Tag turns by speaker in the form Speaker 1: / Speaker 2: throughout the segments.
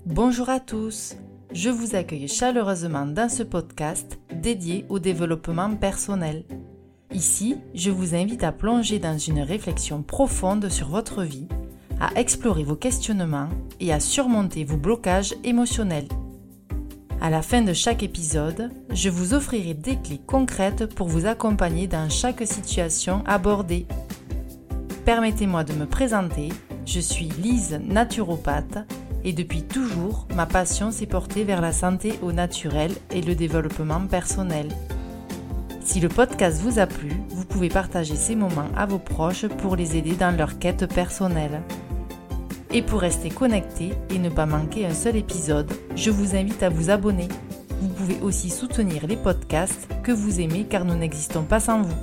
Speaker 1: Bonjour à tous, je vous accueille chaleureusement dans ce podcast dédié au développement personnel. Ici, je vous invite à plonger dans une réflexion profonde sur votre vie, à explorer vos questionnements et à surmonter vos blocages émotionnels. À la fin de chaque épisode, je vous offrirai des clés concrètes pour vous accompagner dans chaque situation abordée. Permettez-moi de me présenter, je suis Lise, naturopathe, et depuis toujours, ma passion s'est portée vers la santé au naturel et le développement personnel. Si le podcast vous a plu, vous pouvez partager ces moments à vos proches pour les aider dans leur quête personnelle. Et pour rester connecté et ne pas manquer un seul épisode, je vous invite à vous abonner. Vous pouvez aussi soutenir les podcasts que vous aimez car nous n'existons pas sans vous.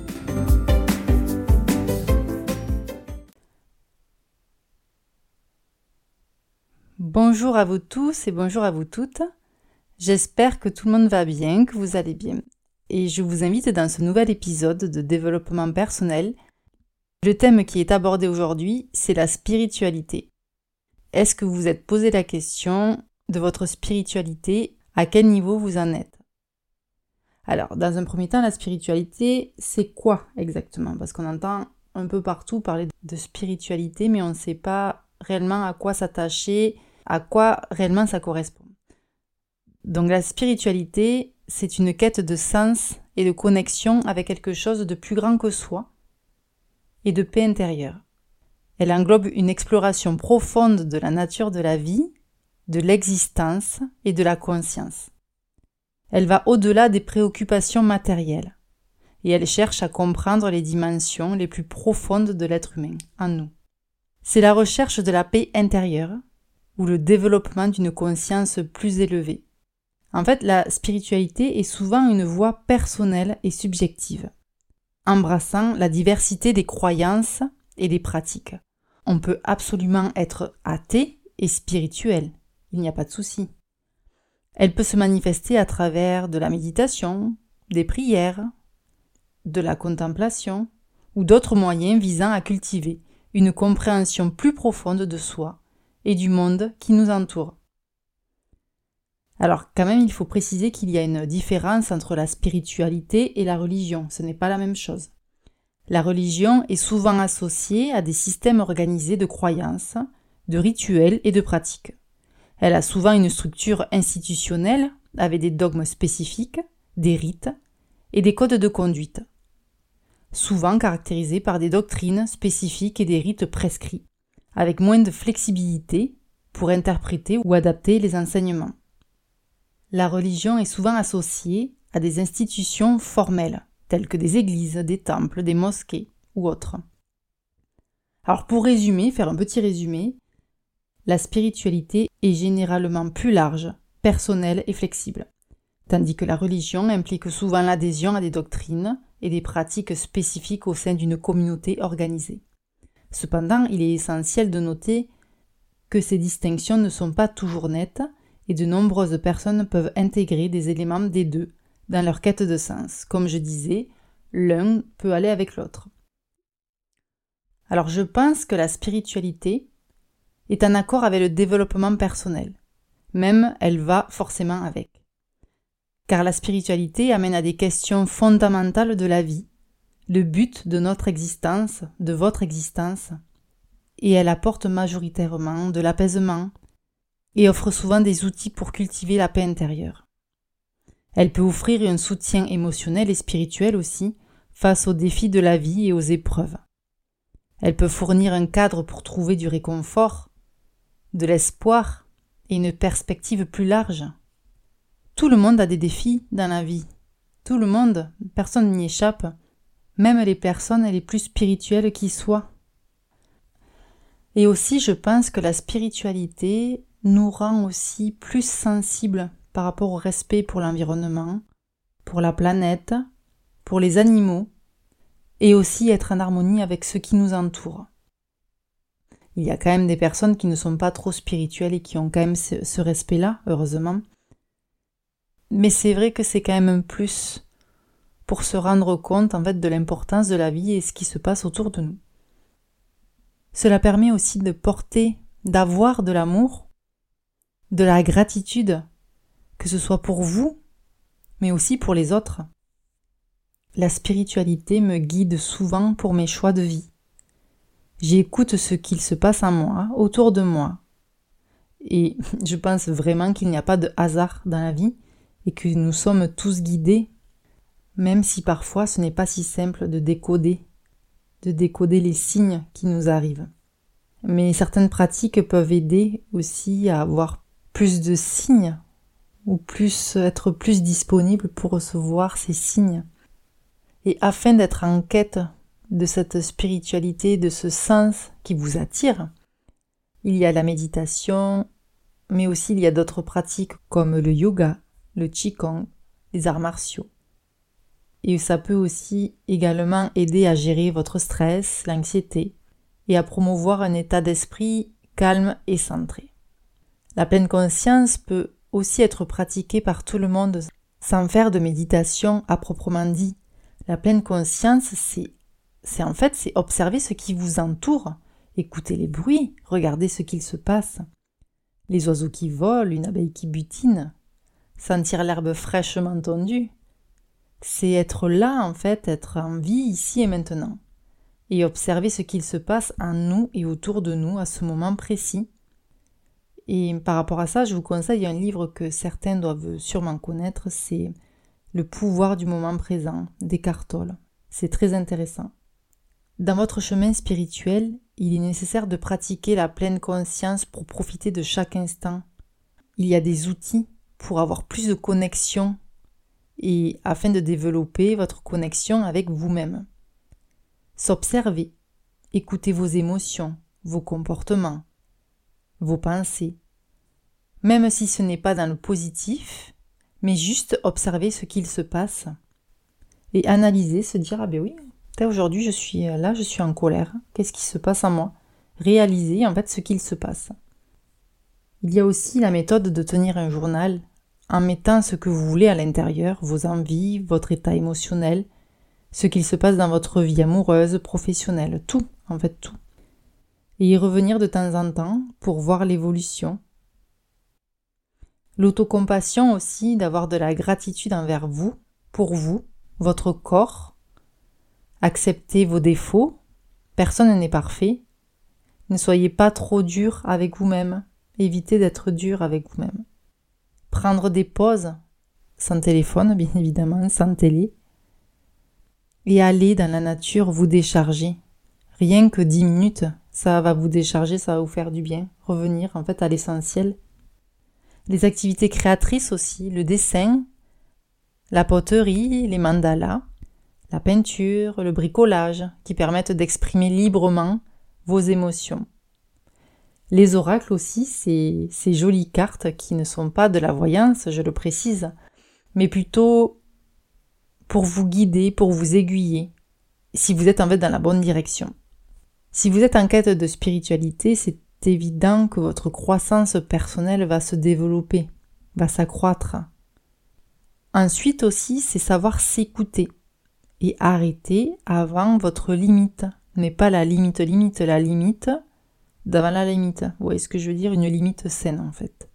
Speaker 1: Bonjour à vous tous et bonjour à vous toutes. J'espère que tout le monde va bien, que vous allez bien. Et je vous invite dans ce nouvel épisode de développement personnel. Le thème qui est abordé aujourd'hui, c'est la spiritualité. Est-ce que vous vous êtes posé la question de votre spiritualité, à quel niveau vous en êtes ? Alors, dans un premier temps, la spiritualité, c'est quoi exactement ? Parce qu'on entend un peu partout parler de spiritualité, mais on ne sait pas réellement à quoi s'attacher, à quoi réellement ça correspond. Donc la spiritualité, c'est une quête de sens et de connexion avec quelque chose de plus grand que soi et de paix intérieure. Elle englobe une exploration profonde de la nature de la vie, de l'existence et de la conscience. Elle va au-delà des préoccupations matérielles et elle cherche à comprendre les dimensions les plus profondes de l'être humain, en nous. C'est la recherche de la paix intérieure ou le développement d'une conscience plus élevée. En fait, la spiritualité est souvent une voie personnelle et subjective, embrassant la diversité des croyances et des pratiques. On peut absolument être athée et spirituel, il n'y a pas de souci. Elle peut se manifester à travers de la méditation, des prières, de la contemplation ou d'autres moyens visant à cultiver une compréhension plus profonde de soi et du monde qui nous entoure. Alors quand même, il faut préciser qu'il y a une différence entre la spiritualité et la religion, ce n'est pas la même chose. La religion est souvent associée à des systèmes organisés de croyances, de rituels et de pratiques. Elle a souvent une structure institutionnelle avec des dogmes spécifiques, des rites et des codes de conduite, souvent caractérisés par des doctrines spécifiques et des rites prescrits, avec moins de flexibilité pour interpréter ou adapter les enseignements. La religion est souvent associée à des institutions formelles, telles que des églises, des temples, des mosquées ou autres. Alors pour résumer, faire un petit résumé, la spiritualité est généralement plus large, personnelle et flexible, tandis que la religion implique souvent l'adhésion à des doctrines et des pratiques spécifiques au sein d'une communauté organisée. Cependant, il est essentiel de noter que ces distinctions ne sont pas toujours nettes et de nombreuses personnes peuvent intégrer des éléments des deux dans leur quête de sens. Comme je disais, l'un peut aller avec l'autre. Alors je pense que la spiritualité est en accord avec le développement personnel. Même elle va forcément avec. Car la spiritualité amène à des questions fondamentales de la vie, le but de notre existence, de votre existence, et elle apporte majoritairement de l'apaisement et offre souvent des outils pour cultiver la paix intérieure. Elle peut offrir un soutien émotionnel et spirituel aussi face aux défis de la vie et aux épreuves. Elle peut fournir un cadre pour trouver du réconfort, de l'espoir et une perspective plus large. Tout le monde a des défis dans la vie. Tout le monde, personne n'y échappe. Même les personnes les plus spirituelles qui soient. Et aussi, je pense que la spiritualité nous rend aussi plus sensibles par rapport au respect pour l'environnement, pour la planète, pour les animaux, et aussi être en harmonie avec ceux qui nous entourent. Il y a quand même des personnes qui ne sont pas trop spirituelles et qui ont quand même ce respect-là, heureusement. Mais c'est vrai que c'est quand même un plus pour se rendre compte en fait de l'importance de la vie et ce qui se passe autour de nous. Cela permet aussi de porter, d'avoir de l'amour de la gratitude, que ce soit pour vous, mais aussi pour les autres. La spiritualité me guide souvent pour mes choix de vie. J'écoute ce qu'il se passe en moi, autour de moi. Et je pense vraiment qu'il n'y a pas de hasard dans la vie et que nous sommes tous guidés, même si parfois ce n'est pas si simple de décoder les signes qui nous arrivent. Mais certaines pratiques peuvent aider aussi à avoir plus de signes ou être plus disponible pour recevoir ces signes. Et afin d'être en quête de cette spiritualité, de ce sens qui vous attire, il y a la méditation, mais aussi il y a d'autres pratiques comme le yoga, le qigong, les arts martiaux. Et ça peut aussi également aider à gérer votre stress, l'anxiété, et à promouvoir un état d'esprit calme et centré. La pleine conscience peut aussi être pratiquée par tout le monde sans faire de méditation à proprement dit. La pleine conscience, c'est observer ce qui vous entoure, écouter les bruits, regarder ce qu'il se passe. Les oiseaux qui volent, une abeille qui butine, sentir l'herbe fraîchement tondue. C'est être là, être en vie ici et maintenant. Et observer ce qu'il se passe en nous et autour de nous à ce moment précis. Et par rapport à ça, je vous conseille un livre que certains doivent sûrement connaître, c'est Le pouvoir du moment présent d'Eckhart Tolle. C'est très intéressant. Dans votre chemin spirituel, il est nécessaire de pratiquer la pleine conscience pour profiter de chaque instant. Il y a des outils pour avoir plus de connexion et afin de développer votre connexion avec vous-même. S'observer, écouter vos émotions, vos comportements, vos pensées. Même si ce n'est pas dans le positif, mais juste observer ce qu'il se passe et analyser, se dire « Ah ben oui, aujourd'hui je suis là, je suis en colère, qu'est-ce qui se passe en moi ?» Réaliser ce qu'il se passe. Il y a aussi la méthode de tenir un journal en mettant ce que vous voulez à l'intérieur, vos envies, votre état émotionnel, ce qu'il se passe dans votre vie amoureuse, professionnelle, tout. Et y revenir de temps en temps pour voir l'évolution. L'autocompassion aussi, d'avoir de la gratitude envers vous, pour vous, votre corps. Accepter vos défauts. Personne n'est parfait. Ne soyez pas trop dur avec vous-même. Évitez d'être dur avec vous-même. Prendre des pauses, sans téléphone bien évidemment, sans télé. Et aller dans la nature vous décharger. Rien que 10 minutes, ça va vous décharger, ça va vous faire du bien. Revenir à l'essentiel. Les activités créatrices aussi, le dessin, la poterie, les mandalas, la peinture, le bricolage, qui permettent d'exprimer librement vos émotions. Les oracles aussi, ces jolies cartes qui ne sont pas de la voyance, je le précise, mais plutôt pour vous guider, pour vous aiguiller, si vous êtes dans la bonne direction. Si vous êtes en quête de spiritualité, c'est évident que votre croissance personnelle va se développer, va s'accroître. Ensuite aussi, c'est savoir s'écouter et arrêter avant votre limite, mais pas la limite, la limite devant la limite. Vous voyez ce que je veux dire? Une limite saine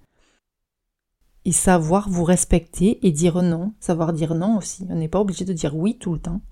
Speaker 1: Et savoir vous respecter et dire non, savoir dire non aussi. On n'est pas obligé de dire oui tout le temps.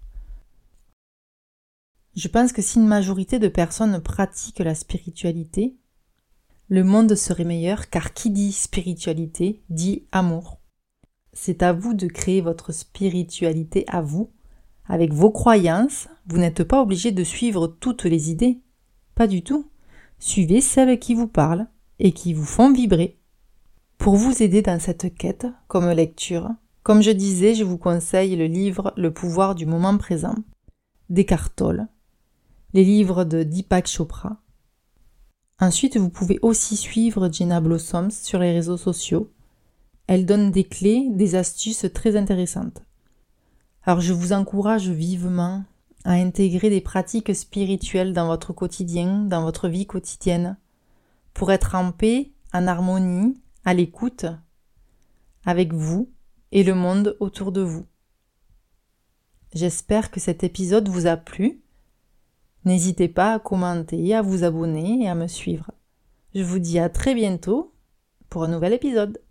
Speaker 1: Je pense que si une majorité de personnes pratiquent la spiritualité, le monde serait meilleur car qui dit spiritualité dit amour. C'est à vous de créer votre spiritualité à vous, avec vos croyances. Vous n'êtes pas obligé de suivre toutes les idées. Pas du tout. Suivez celles qui vous parlent et qui vous font vibrer. Pour vous aider dans cette quête, comme lecture, comme je disais, je vous conseille le livre Le pouvoir du moment présent d'Eckhart Tolle, les livres de Deepak Chopra. Ensuite, vous pouvez aussi suivre Jenna Blossoms sur les réseaux sociaux. Elle donne des clés, des astuces très intéressantes. Alors je vous encourage vivement à intégrer des pratiques spirituelles dans votre quotidien, dans votre vie quotidienne, pour être en paix, en harmonie, à l'écoute, avec vous et le monde autour de vous. J'espère que cet épisode vous a plu. N'hésitez pas à commenter, à vous abonner et à me suivre. Je vous dis à très bientôt pour un nouvel épisode.